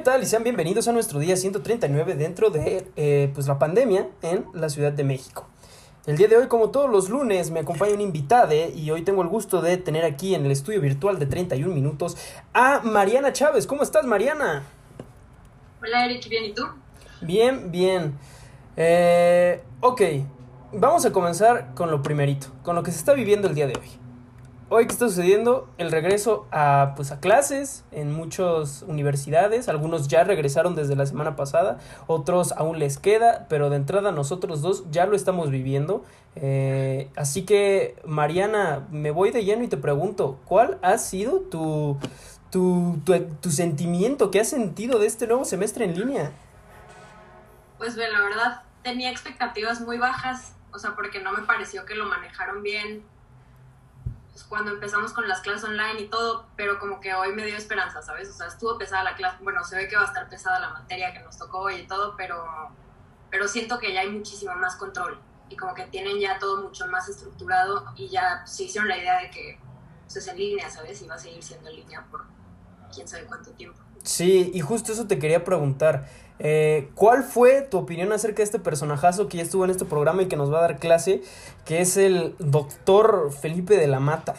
tal? Y sean bienvenidos a nuestro día 139 dentro de pues la pandemia en la Ciudad de México. El día de hoy, como todos los lunes, me acompaña un invitado y hoy tengo el gusto de tener aquí en el estudio virtual de 31 minutos a Mariana Chávez. ¿Cómo estás, Mariana? Hola, Eric, ¿bien y tú? Bien, bien. Ok, vamos a comenzar con lo primerito, con lo que se está viviendo el día de hoy. Hoy, ¿qué está sucediendo? El regreso a clases en muchas universidades. Algunos ya regresaron desde la semana pasada, otros aún les queda, pero de entrada nosotros dos ya lo estamos viviendo. Así que, Mariana, me voy de lleno y te pregunto, ¿cuál ha sido tu sentimiento? ¿Qué has sentido de este nuevo semestre en línea? Pues bien, la verdad, tenía expectativas muy bajas, o sea, porque no me pareció que lo manejaron bien cuando empezamos con las clases online y todo, pero como que hoy me dio esperanza, ¿sabes? O sea, estuvo pesada la clase, bueno, se ve que va a estar pesada la materia que nos tocó hoy y todo, pero siento que ya hay muchísimo más control y como que tienen ya todo mucho más estructurado y ya se hicieron la idea de que pues, es en línea, ¿sabes? Y va a seguir siendo en línea por quién sabe cuánto tiempo. Sí, y justo eso te quería preguntar. ¿Cuál fue tu opinión acerca de este personajazo que ya estuvo en este programa y que nos va a dar clase, que es el doctor Felipe de la Mata?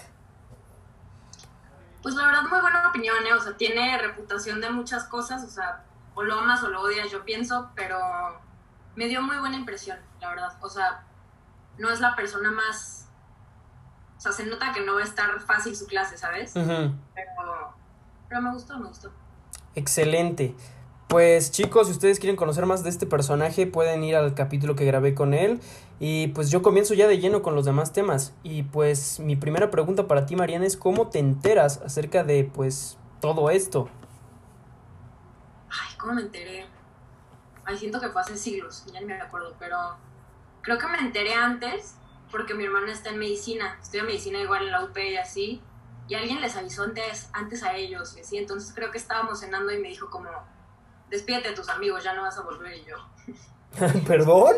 Pues la verdad, muy buena opinión, ¿eh? O sea, tiene reputación de muchas cosas, o sea, o lo amas o lo odias, yo pienso, pero me dio muy buena impresión, la verdad. O sea, no es la persona más... O sea, se nota que no va a estar fácil su clase, ¿sabes? Uh-huh. Pero me gustó, me gustó. Excelente. Pues chicos, si ustedes quieren conocer más de este personaje, pueden ir al capítulo que grabé con él. Y pues yo comienzo ya de lleno con los demás temas. Y pues mi primera pregunta para ti, Mariana, es ¿cómo te enteras acerca de pues todo esto? Ay, ¿cómo me enteré? Ay, siento que fue hace siglos, ya ni me acuerdo, pero creo que me enteré antes porque mi hermana está en medicina. Estudia medicina igual en la UP y así. Y alguien les avisó antes a ellos y así. Entonces creo que estábamos cenando y me dijo como... Despídete de tus amigos, ya no vas a volver. Y yo... ¿Perdón?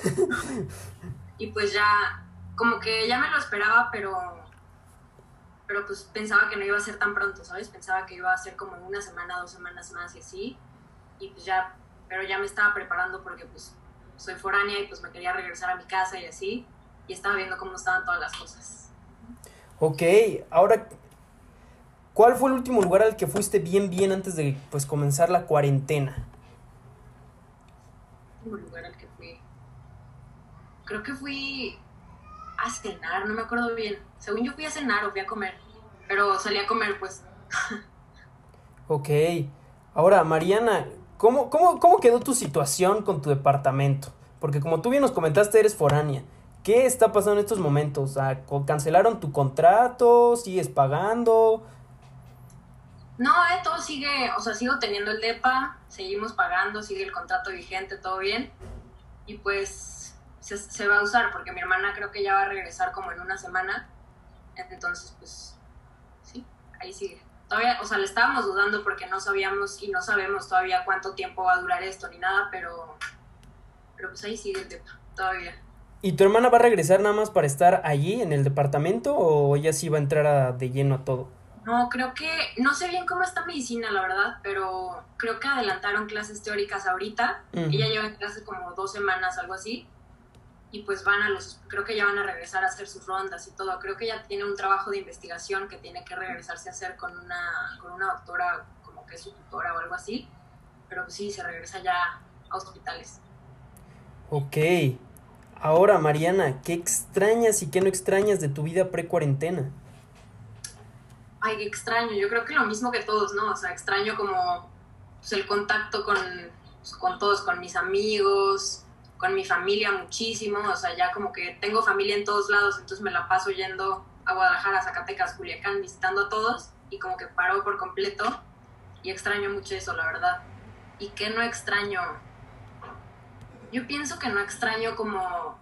Y pues ya, como que ya me lo esperaba, pero pues pensaba que no iba a ser tan pronto, ¿sabes? Pensaba que iba a ser como una semana, 2 semanas más y así. Y pues ya, pero ya me estaba preparando porque pues soy foránea y pues me quería regresar a mi casa y así. Y estaba viendo cómo estaban todas las cosas. Ok, ahora... ¿Cuál fue el último lugar al que fuiste bien antes de pues comenzar la cuarentena? El último lugar al que fui... Creo que fui a cenar, no me acuerdo bien. Según yo fui a cenar o fui a comer. Pero salí a comer, pues. Ok. Ahora, Mariana, ¿cómo quedó tu situación con tu departamento? Porque como tú bien nos comentaste, eres foránea. ¿Qué está pasando en estos momentos? ¿Cancelaron tu contrato? ¿Sigues pagando? No, todo sigue, o sea, sigo teniendo el depa, seguimos pagando, sigue el contrato vigente, todo bien. Y pues se va a usar porque mi hermana creo que ya va a regresar como en una semana. Entonces, pues, sí, ahí sigue. Todavía, o sea, le estábamos dudando porque no sabíamos y no sabemos todavía cuánto tiempo va a durar esto ni nada, pero pues ahí sigue el depa, todavía. ¿Y tu hermana va a regresar nada más para estar allí en el departamento o ella sí va a entrar de lleno a todo? No, creo que, no sé bien cómo está medicina, la verdad, pero creo que adelantaron clases teóricas ahorita. Ella lleva en clase como 2 semanas, algo así, y pues creo que ya van a regresar a hacer sus rondas y todo. Creo que ella tiene un trabajo de investigación que tiene que regresarse a hacer con una doctora, como que es su tutora o algo así, pero pues sí, se regresa ya a hospitales. Ok. Ahora, Mariana, ¿qué extrañas y qué no extrañas de tu vida pre-cuarentena? Ay, qué extraño. Yo creo que lo mismo que todos, ¿no? O sea, extraño como pues, el contacto con todos, con mis amigos, con mi familia muchísimo. O sea, ya como que tengo familia en todos lados, entonces me la paso yendo a Guadalajara, Zacatecas, Culiacán, visitando a todos y como que paro por completo y extraño mucho eso, la verdad. ¿Y qué no extraño? Yo pienso que no extraño como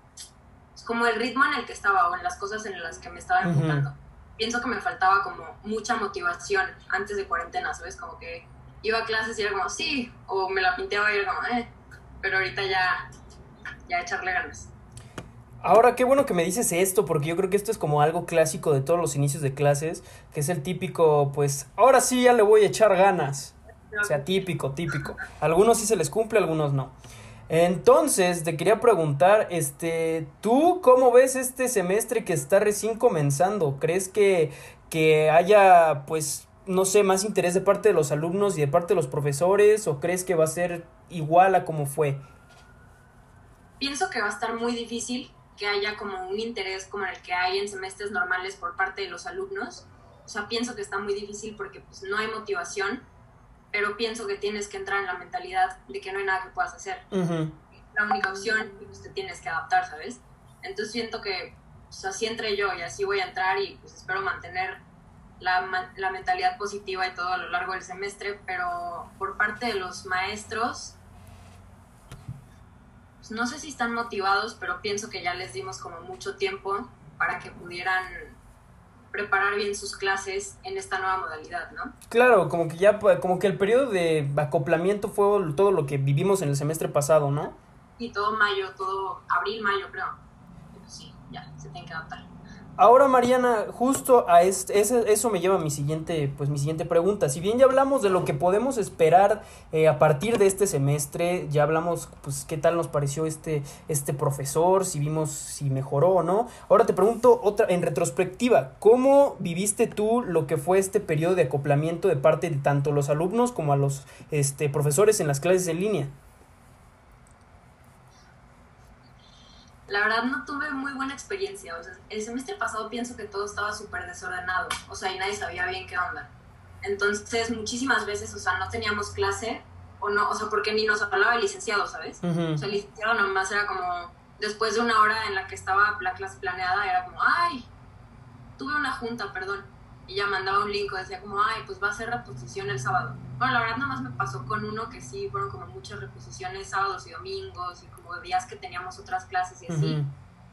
el ritmo en el que estaba o en las cosas en las que me estaba enfocando. Uh-huh. Pienso que me faltaba como mucha motivación antes de cuarentena, ¿sabes? Como que iba a clases y era como, sí, o me la pinteaba y era como, pero ahorita ya echarle ganas. Ahora, qué bueno que me dices esto, porque yo creo que esto es como algo clásico de todos los inicios de clases, que es el típico, pues, ahora sí ya le voy a echar ganas. O sea, típico, típico. Algunos sí se les cumple, algunos no. Entonces, te quería preguntar, ¿tú cómo ves este semestre que está recién comenzando? ¿Crees que haya, pues, no sé, más interés de parte de los alumnos y de parte de los profesores? ¿O crees que va a ser igual a como fue? Pienso que va a estar muy difícil que haya como un interés como el que hay en semestres normales por parte de los alumnos. O sea, pienso que está muy difícil porque pues no hay motivación, pero pienso que tienes que entrar en la mentalidad de que no hay nada que puedas hacer. Ujú. La única opción y pues te tienes que adaptar, ¿sabes? Entonces siento que pues, así entré yo y así voy a entrar y pues espero mantener la mentalidad positiva y todo a lo largo del semestre, pero por parte de los maestros, pues, no sé si están motivados, pero pienso que ya les dimos como mucho tiempo para que pudieran preparar bien sus clases en esta nueva modalidad, ¿no? Claro, como que ya, como que el periodo de acoplamiento fue todo lo que vivimos en el semestre pasado, ¿no? Y todo mayo, todo abril, mayo, creo. Y pues sí, ya, se tienen que adaptar. Ahora, Mariana, justo a eso me lleva a mi siguiente pregunta. Si bien ya hablamos de lo que podemos esperar a partir de este semestre, ya hablamos, pues, qué tal nos pareció este profesor, si vimos si mejoró o no. Ahora te pregunto otra, en retrospectiva, ¿cómo viviste tú lo que fue este periodo de acoplamiento de parte de tanto los alumnos como a los profesores en las clases en línea? La verdad no tuve muy buena experiencia. O sea, el semestre pasado pienso que todo estaba súper desordenado. O sea, y nadie sabía bien qué onda. Entonces, muchísimas veces, o sea, no teníamos clase o no, o sea, porque ni nos hablaba el licenciado, ¿sabes? O Ujú. sea, el licenciado nomás era como, después de una hora en la que estaba la clase planeada, era como, ay, tuve una junta, perdón. Y ya mandaba un link o decía como, ay, pues va a ser reposición el sábado. Bueno, la verdad nada más me pasó con uno que sí fueron como muchas reposiciones sábados y domingos y como días que teníamos otras clases y Ujú. así.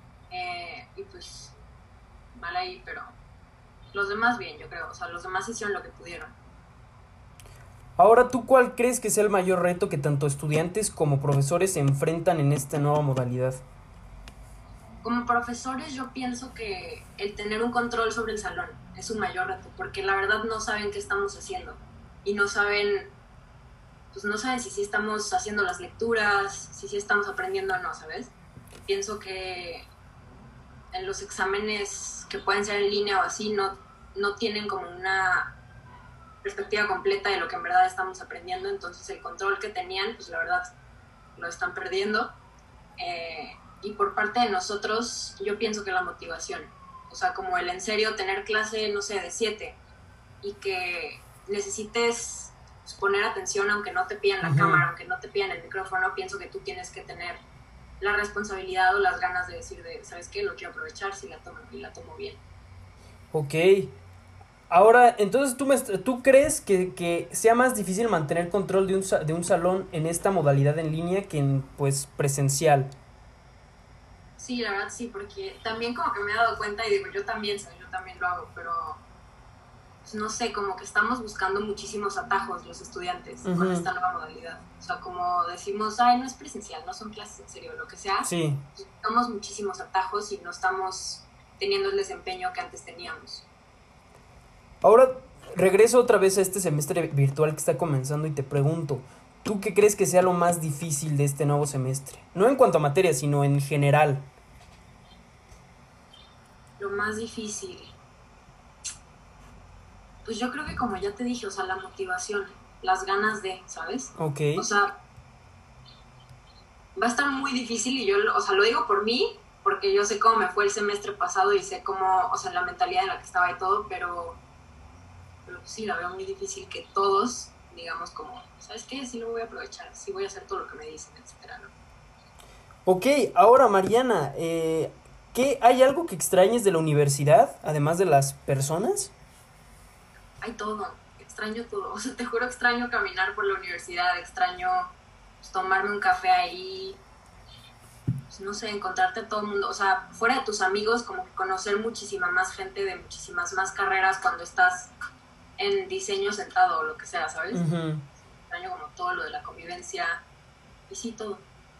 Y pues mal ahí, pero los demás bien, yo creo. O sea, los demás hicieron lo que pudieron. Ahora, ¿tú cuál crees que sea el mayor reto que tanto estudiantes como profesores se enfrentan en esta nueva modalidad? Como profesores yo pienso que el tener un control sobre el salón es un mayor reto, porque la verdad no saben qué estamos haciendo y no saben, pues no saben si sí estamos haciendo las lecturas, si sí estamos aprendiendo o no, ¿sabes? Pienso que en los exámenes que pueden ser en línea o así no tienen como una perspectiva completa de lo que en verdad estamos aprendiendo, entonces el control que tenían, pues la verdad lo están perdiendo. Y por parte de nosotros, yo pienso que la motivación, o sea, como el en serio tener clase, no sé, de 7 y que necesites pues, poner atención aunque no te pidan la Ujú. cámara, aunque no te pidan el micrófono, pienso que tú tienes que tener la responsabilidad o las ganas de decir de, ¿sabes qué? Lo quiero aprovechar si la tomo y la tomo bien. Ok. Ahora, entonces, ¿tú crees que sea más difícil mantener control de un salón en esta modalidad en línea que en, pues, presencial? Sí, la verdad sí, porque también como que me he dado cuenta y digo, yo también, ¿sabes? Yo también lo hago, pero pues, no sé, como que estamos buscando muchísimos atajos los estudiantes con Ujú. esta nueva modalidad. O sea, como decimos, ay, no es presencial, no son clases en serio, lo que sea, Sí. pues, buscamos muchísimos atajos y no estamos teniendo el desempeño que antes teníamos. Ahora regreso otra vez a este semestre virtual que está comenzando y te pregunto, ¿tú qué crees que sea lo más difícil de este nuevo semestre? No en cuanto a materia, sino en general. Lo más difícil, pues yo creo que como ya te dije, o sea, la motivación, las ganas de, ¿sabes? Ok. O sea, va a estar muy difícil y yo, o sea, lo digo por mí, porque yo sé cómo me fue el semestre pasado y sé cómo, o sea, la mentalidad en la que estaba y todo, pero sí, la veo muy difícil que todos digamos como, ¿sabes qué? Sí lo voy a aprovechar, sí voy a hacer todo lo que me dicen, etcétera, ¿no? Ok, ahora Mariana, ¿hay algo que extrañes de la universidad, además de las personas? Hay todo, extraño todo, o sea, te juro extraño caminar por la universidad, extraño pues, tomarme un café ahí, pues, no sé, encontrarte a todo el mundo, o sea, fuera de tus amigos, como que conocer muchísima más gente de muchísimas más carreras cuando estás en diseño sentado o lo que sea, ¿sabes? Ujú. Extraño como todo lo de la convivencia y sí, todo.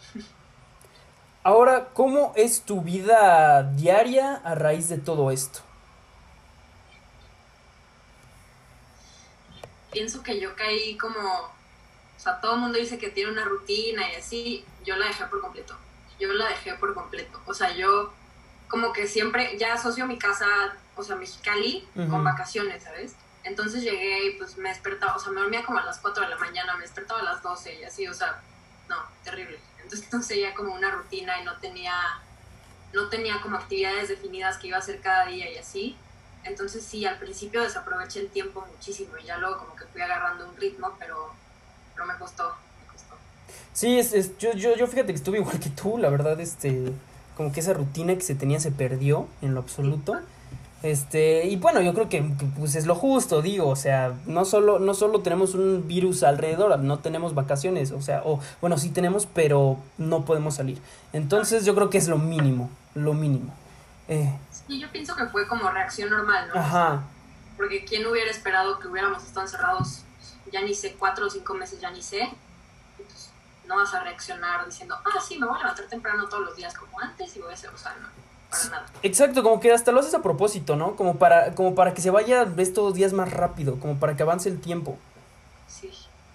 Ahora, ¿cómo es tu vida diaria a raíz de todo esto? pienso que yo caí como, o sea, todo el mundo dice que tiene una rutina y así, yo la dejé por completo. Yo la dejé por completo. O sea, yo como que siempre ya asocio mi casa, o sea, Mexicali, con vacaciones, ¿sabes? Entonces llegué y pues me despertaba, o sea, me dormía como a las 4 de la mañana, me despertaba a las 12 y así, o sea, no, terrible. Entonces ya como una rutina y no tenía como actividades definidas que iba a hacer cada día y así. Entonces sí, al principio desaproveché el tiempo muchísimo y ya luego como que fui agarrando un ritmo, pero me costó. Sí, yo fíjate que estuve igual que tú, la verdad, como que esa rutina que se tenía se perdió en lo absoluto. Y bueno, yo creo que pues es lo justo, digo, o sea, no solo tenemos un virus alrededor, no tenemos vacaciones, o sea, o bueno, sí tenemos, pero no podemos salir. Entonces yo creo que es lo mínimo, lo mínimo. Sí, yo pienso que fue como reacción normal, ¿no? Ajá. Porque quién hubiera esperado que hubiéramos estado encerrados, ya ni sé, 4 o 5 meses, ya ni sé, y pues no vas a reaccionar diciendo, sí, me voy a levantar temprano todos los días como antes y voy a hacer, o sea, no, para nada. Exacto, como que hasta lo haces a propósito, ¿no? Como para que se vaya estos días más rápido, como para que avance el tiempo. Sí.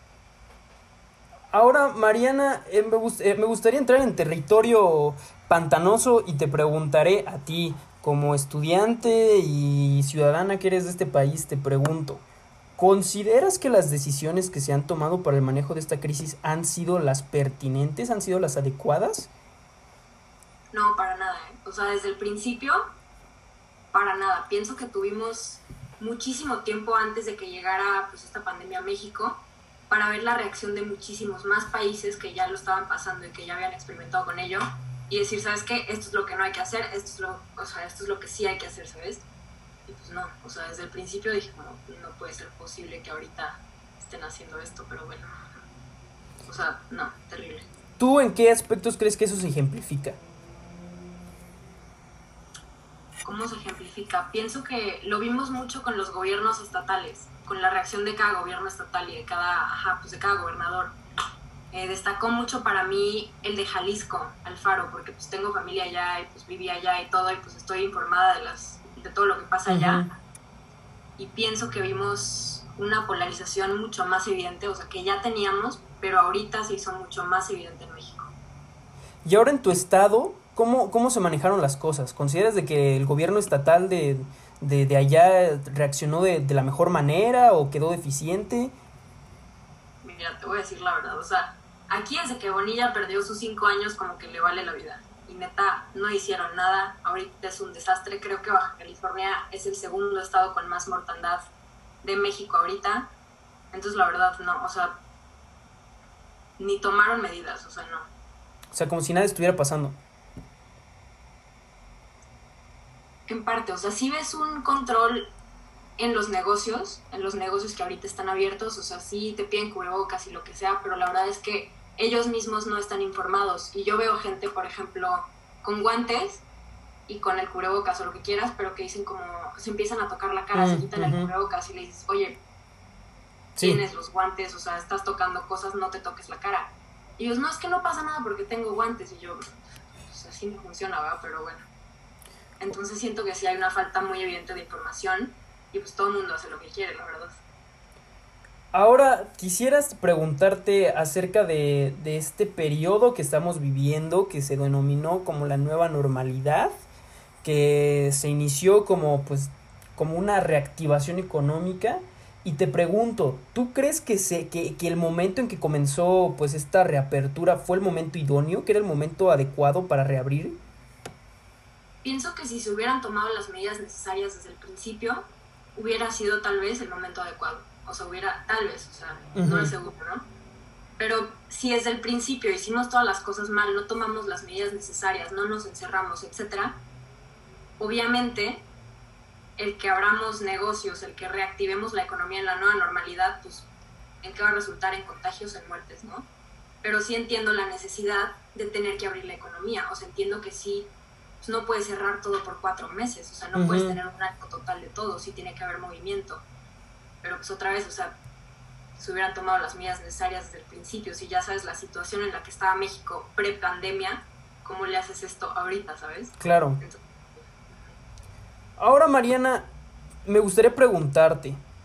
Ahora, Mariana, me gustaría entrar en territorio pantanoso y te preguntaré a ti, como estudiante y ciudadana que eres de este país, te pregunto, ¿consideras que las decisiones que se han tomado para el manejo de esta crisis han sido las pertinentes, han sido las adecuadas? No, para nada, ¿eh? O sea, desde el principio, para nada. Pienso que tuvimos muchísimo tiempo antes de que llegara pues esta pandemia a México para ver la reacción de muchísimos más países que ya lo estaban pasando y que ya habían experimentado con ello y decir, ¿sabes qué? Esto es lo que no hay que hacer, esto es lo que sí hay que hacer, ¿sabes? Y pues no, o sea, desde el principio dije, no puede ser posible que ahorita estén haciendo esto, pero bueno, o sea, no, terrible. ¿Tú en qué aspectos crees que eso se ejemplifica? ¿Cómo se ejemplifica? Pienso que lo vimos mucho con los gobiernos estatales, con la reacción de cada gobierno estatal y de cada gobernador. Destacó mucho para mí el de Jalisco, Alfaro, porque pues tengo familia allá y pues viví allá y todo, y pues estoy informada de todo lo que pasa allá. Y pienso que vimos una polarización mucho más evidente, o sea, que ya teníamos, pero ahorita se hizo mucho más evidente en México. Y ahora en tu estado, ¿cómo se manejaron las cosas? ¿Consideras de que el gobierno estatal de allá reaccionó de la mejor manera o quedó deficiente? Mira, te voy a decir la verdad, o sea, aquí desde que Bonilla perdió sus 5 años como que le vale la vida. Y neta, no hicieron nada, ahorita es un desastre. Creo que Baja California es el segundo estado con más mortandad de México ahorita. Entonces la verdad no, o sea, ni tomaron medidas, o sea, no. O sea, como si nada estuviera pasando. En parte, o sea, sí ves un control en los negocios que ahorita están abiertos, o sea, sí te piden cubrebocas y lo que sea, pero la verdad es que ellos mismos no están informados. Y yo veo gente, por ejemplo, con guantes y con el cubrebocas o lo que quieras, pero que dicen como, se empiezan a tocar la cara, se quitan el cubrebocas y le dices, oye, tienes los guantes, o sea, estás tocando cosas, no te toques la cara. Y ellos, no, es que no pasa nada porque tengo guantes. Y yo, pues así no funciona, ¿verdad? Pero bueno. Entonces siento que sí hay una falta muy evidente de información y pues todo el mundo hace lo que quiere, la verdad. Ahora, quisieras preguntarte acerca de este periodo que estamos viviendo, que se denominó como la nueva normalidad, que se inició como una reactivación económica. Y te pregunto, ¿tú crees que el momento en que comenzó pues esta reapertura fue el momento idóneo, que era el momento adecuado para reabrir? Pienso que si se hubieran tomado las medidas necesarias desde el principio, hubiera sido tal vez el momento adecuado. O sea, tal vez, o sea, no es seguro, ¿no? Pero si desde el principio hicimos todas las cosas mal, no tomamos las medidas necesarias, no nos encerramos, etcétera, obviamente el que abramos negocios, el que reactivemos la economía en la nueva normalidad, pues, ¿en qué va a resultar? En contagios, en muertes, ¿no? Pero sí entiendo la necesidad de tener que abrir la economía, o sea, entiendo que sí, pues no puedes cerrar todo por 4 meses, o sea, no puedes tener un arco total de todo, sí tiene que haber movimiento. Pero pues otra vez, o sea, se hubieran tomado las medidas necesarias desde el principio, si ya sabes la situación en la que estaba México pre-pandemia, ¿cómo le haces esto ahorita, sabes? Claro. Ahora, Mariana, me gustaría preguntarte,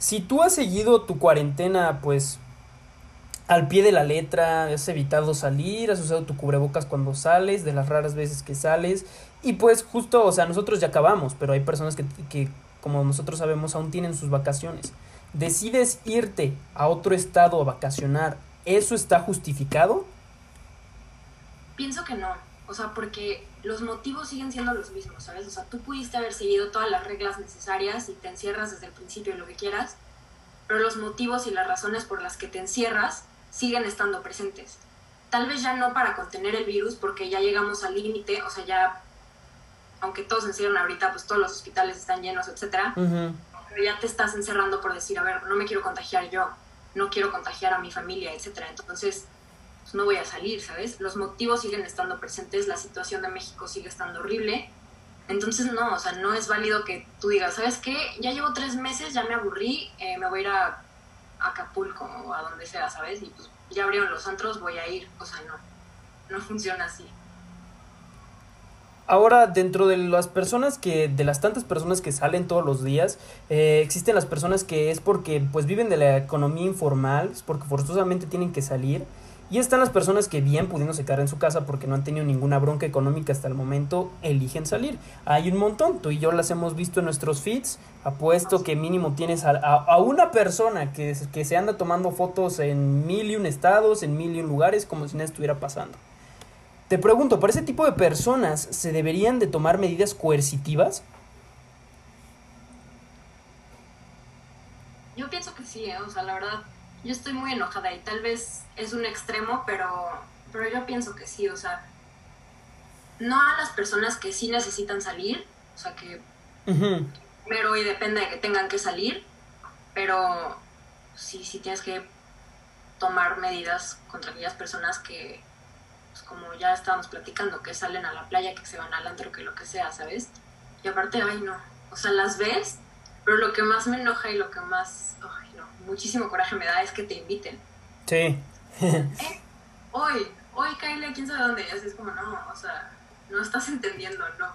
Si tú has seguido tu cuarentena, pues al pie de la letra, has evitado salir, has usado tu cubrebocas cuando sales, de las raras veces que sales, y pues justo, o sea, nosotros ya acabamos, pero hay personas que como nosotros sabemos, aún tienen sus vacaciones. Decides irte a otro estado a vacacionar, ¿eso está justificado? Pienso que no, o sea, porque los motivos siguen siendo los mismos, ¿sabes? O sea, tú pudiste haber seguido todas las reglas necesarias y te encierras desde el principio y lo que quieras, pero los motivos y las razones por las que te encierras siguen estando presentes. Tal vez ya no para contener el virus, porque ya llegamos al límite, o sea, ya, aunque todos se encierran ahorita, pues todos los hospitales están llenos, etcétera, pero ya te estás encerrando por decir, a ver, no me quiero contagiar yo, no quiero contagiar a mi familia, etcétera. Entonces, pues no voy a salir, ¿sabes? Los motivos siguen estando presentes, la situación de México sigue estando horrible. Entonces, no, o sea, no es válido que tú digas, ¿sabes qué? Ya llevo 3 meses, ya me aburrí, me voy a ir a Acapulco o a donde sea, ¿sabes? Y pues ya abrieron los antros, voy a ir. O sea, no funciona así. Ahora, dentro de las personas de las tantas personas que salen todos los días, existen las personas que es porque pues viven de la economía informal, es porque forzosamente tienen que salir. Y están las personas que bien pudiéndose quedar en su casa porque no han tenido ninguna bronca económica hasta el momento, eligen salir. Hay un montón, tú y yo las hemos visto en nuestros feeds. Apuesto que mínimo tienes a una persona que se anda tomando fotos en 1001 estados, en 1001 lugares, como si nada estuviera pasando. Te pregunto, ¿para ese tipo de personas se deberían de tomar medidas coercitivas? Yo pienso que sí, o sea, la verdad, yo estoy muy enojada y tal vez es un extremo, pero yo pienso que sí, o sea, no a las personas que sí necesitan salir, o sea, que Uh-huh. primero y depende de que tengan que salir, pero sí tienes que tomar medidas contra aquellas personas que, pues como ya estábamos platicando, que salen a la playa, que se van al antro, que lo que sea, ¿sabes? Y aparte, ay no, o sea, las ves, pero lo que más me enoja y lo que más, ay no, muchísimo coraje me da es que te inviten. Sí. Hoy, Kyle, quién sabe dónde, y así es como, no, o sea, no estás entendiendo, no.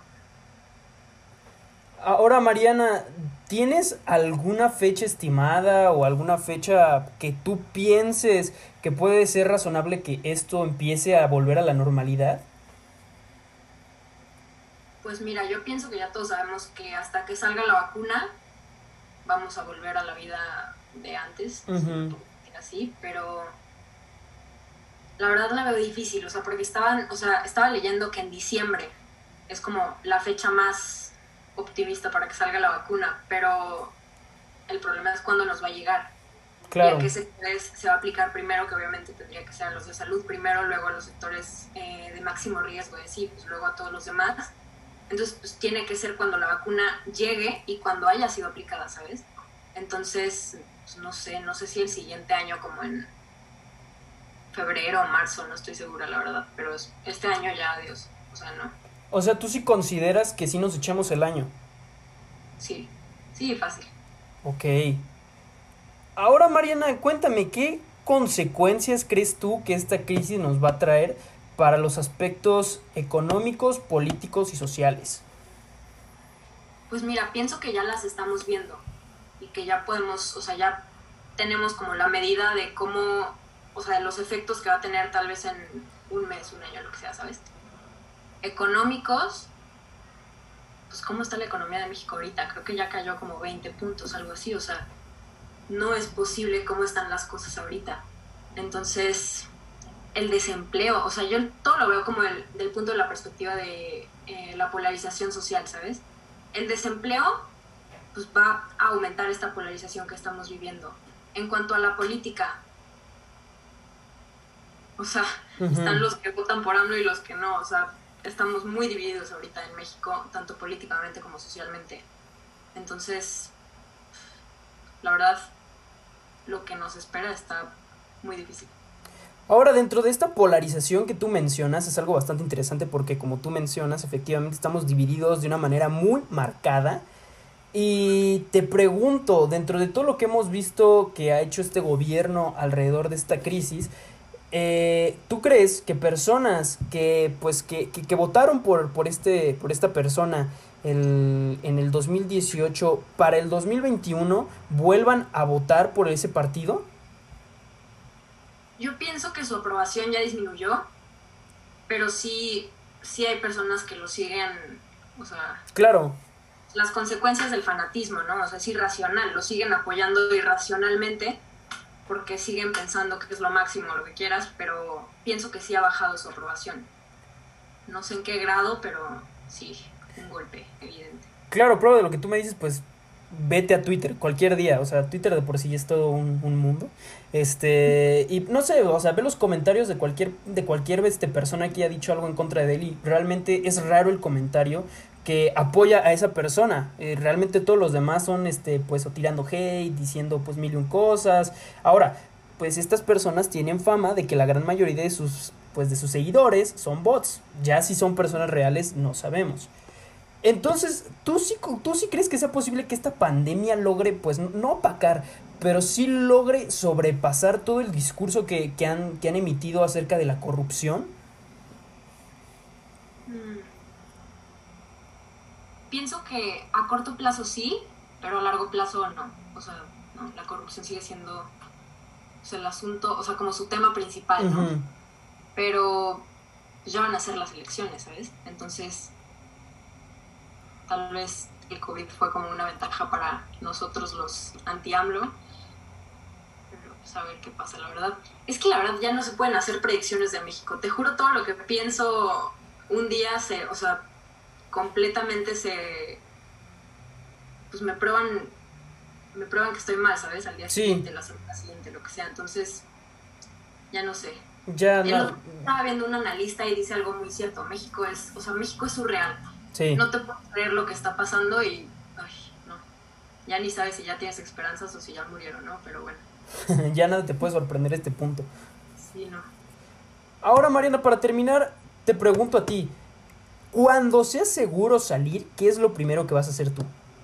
Ahora, Mariana, ¿tienes alguna fecha estimada o alguna fecha que tú pienses que puede ser razonable que esto empiece a volver a la normalidad? Pues mira, yo pienso que ya todos sabemos que hasta que salga la vacuna vamos a volver a la vida de antes, Uh-huh. así, pero la verdad la veo difícil, o sea, porque estaba leyendo que en diciembre es como la fecha más optimista para que salga la vacuna, pero el problema es cuándo nos va a llegar y a Claro. qué sectores se va a aplicar primero, que obviamente tendría que ser a los de salud primero, luego a los sectores de máximo riesgo, y así, pues luego a todos los demás. Entonces, pues tiene que ser cuando la vacuna llegue y cuando haya sido aplicada, ¿sabes? Entonces, pues, no sé si el siguiente año, como en febrero o marzo, no estoy segura, la verdad, pero este año ya, adiós, o sea, no, O sea, tú sí consideras que sí nos echemos el año. sí, sí, fácil. Ok. Ahora, Mariana, cuéntame, ¿qué consecuencias crees tú que esta crisis nos va a traer para los aspectos económicos, políticos y sociales? Pues mira, pienso que ya las estamos viendo y que ya podemos, o sea, ya tenemos como la medida de cómo, o sea, de los efectos que va a tener tal vez en un mes, un año, lo que sea, ¿sabes? Económicos, pues cómo está la economía de México ahorita, creo que ya cayó como 20 puntos, algo así, o sea, no es posible cómo están las cosas ahorita. Entonces, el desempleo, o sea, yo todo lo veo como del punto de la perspectiva de la polarización social, ¿sabes? El desempleo, pues va a aumentar esta polarización que estamos viviendo. En cuanto a la política, o sea, están Uh-huh. los que votan por AMLO y los que no, o sea, estamos muy divididos ahorita en México, tanto políticamente como socialmente. Entonces, la verdad, lo que nos espera está muy difícil. Ahora, dentro de esta polarización que tú mencionas, es algo bastante interesante porque como tú mencionas, efectivamente estamos divididos de una manera muy marcada. Y te pregunto, dentro de todo lo que hemos visto que ha hecho este gobierno alrededor de esta crisis, ¿Tú crees que personas que pues que votaron por esta persona en el 2018 para el 2021 vuelvan a votar por ese partido? Yo pienso que su aprobación ya disminuyó, pero sí hay personas que lo siguen, o sea, Claro. las consecuencias del fanatismo, ¿no? O sea, es irracional, lo siguen apoyando irracionalmente porque siguen pensando que es lo máximo, lo que quieras, pero pienso que sí ha bajado su aprobación. No sé en qué grado, pero sí, un golpe evidente. Claro, pero de lo que tú me dices, pues vete a Twitter cualquier día. O sea, Twitter de por sí es todo un mundo. Y no sé, o sea, ve los comentarios de cualquier persona que haya dicho algo en contra de él. Y realmente es raro el comentario que apoya a esa persona. Realmente todos los demás son, pues, o tirando hate, diciendo, pues, mil y un cosas. Ahora, pues, estas personas tienen fama de que la gran mayoría de sus seguidores son bots. Ya si son personas reales, no sabemos. Entonces, tú sí crees que sea posible que esta pandemia logre, pues, no opacar, pero sí logre sobrepasar todo el discurso que han emitido acerca de la corrupción? Mm, Pienso que a corto plazo sí, pero a largo plazo no. O sea, no, la corrupción sigue siendo, o sea, el asunto, o sea, como su tema principal, ¿no? Ujú. Pero pues, ya van a ser las elecciones, ¿sabes? Entonces, tal vez el COVID fue como una ventaja para nosotros los anti-AMLO, pero pues a ver qué pasa, la verdad. Es que la verdad ya no se pueden hacer predicciones de México. Te juro todo lo que pienso un día o sea, completamente pues me prueban que estoy mal, ¿sabes? Al día Sí, siguiente, la semana siguiente, lo que sea. Entonces, ya no sé. ya El no. otro día estaba viendo un analista y dice algo muy cierto. O sea, México es surreal. Sí, No te puedes creer lo que está pasando y, ay, no. Ya ni sabes si ya tienes esperanzas o si ya murieron, ¿no? Pero bueno, ya nada te puede sorprender este punto. sí, no. Ahora, Mariana, para terminar, te pregunto a ti, cuando seas seguro salir, ¿qué es lo primero que vas a hacer tú?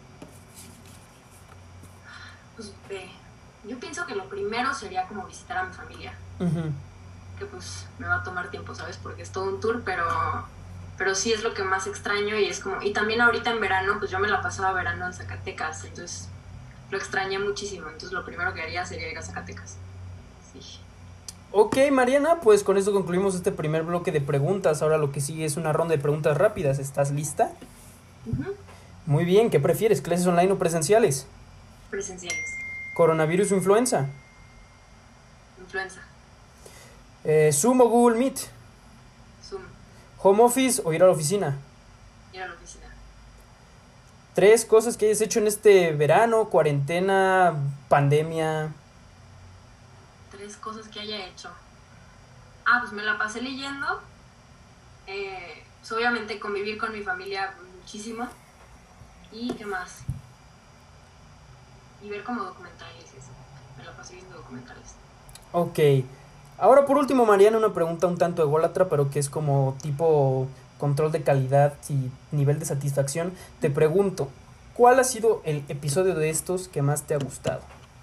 Pues yo pienso que lo primero sería como visitar a mi familia, Ujú. que pues me va a tomar tiempo, ¿sabes? Porque es todo un tour, pero sí es lo que más extraño y es como, y también ahorita en verano, pues yo me la pasaba verano en Zacatecas, entonces lo extrañé muchísimo, entonces lo primero que haría sería ir a Zacatecas. Sí. Ok, Mariana, pues con esto concluimos este primer bloque de preguntas. Ahora lo que sigue es una ronda de preguntas rápidas. ¿Estás lista? Ujú. Muy bien, ¿qué prefieres? ¿Clases online o presenciales? Presenciales. ¿Coronavirus o influenza? Influenza. ¿Zoom o Google Meet? Zoom. ¿Home office o ir a la oficina? Ir a la oficina. Tres cosas que hayas hecho en este verano, cuarentena, pandemia. Tres cosas que haya hecho. Ah, pues me la pasé leyendo. Pues obviamente convivir con mi familia muchísimo. ¿Y qué más? Y ver como documentales y eso. Me la pasé viendo documentales. Ok. Ahora por último, Mariana, una pregunta un tanto ególatra, pero que es como tipo control de calidad y nivel de satisfacción. Te pregunto, ¿cuál ha sido el episodio de estos que más te ha gustado?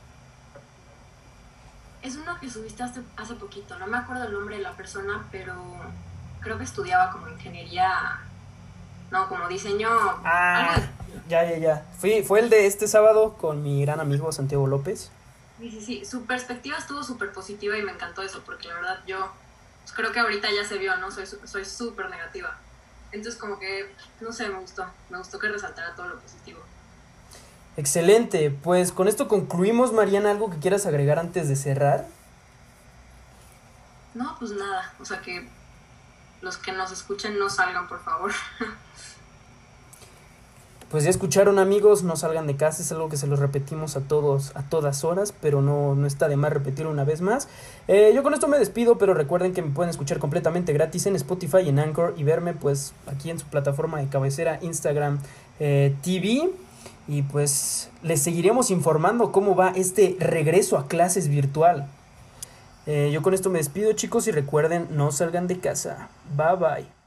Es uno que subiste hace poquito. No me acuerdo el nombre de la persona, pero creo que estudiaba como ingeniería. No, como diseño. Algo Ah, de. ya. Fue el de este sábado con mi gran amigo Santiago López. Sí, sí, sí. Su perspectiva estuvo súper positiva y me encantó eso, porque la verdad yo pues, creo que ahorita ya se vio, ¿no? Soy súper negativa. Entonces como que, no sé, me gustó. Me gustó que resaltara todo lo positivo. Excelente, pues con esto concluimos, Mariana, ¿algo que quieras agregar antes de cerrar? No, pues nada. O sea que los que nos escuchen no salgan, por favor. Pues ya escucharon, amigos, no salgan de casa, es algo que se los repetimos a todos a todas horas, pero no está de más repetirlo una vez más. Yo con esto me despido, pero recuerden que me pueden escuchar completamente gratis en Spotify y en Anchor y verme pues aquí en su plataforma de cabecera Instagram TV. Y pues les seguiremos informando cómo va este regreso a clases virtual. Yo con esto me despido, chicos, y recuerden, no salgan de casa. Bye bye.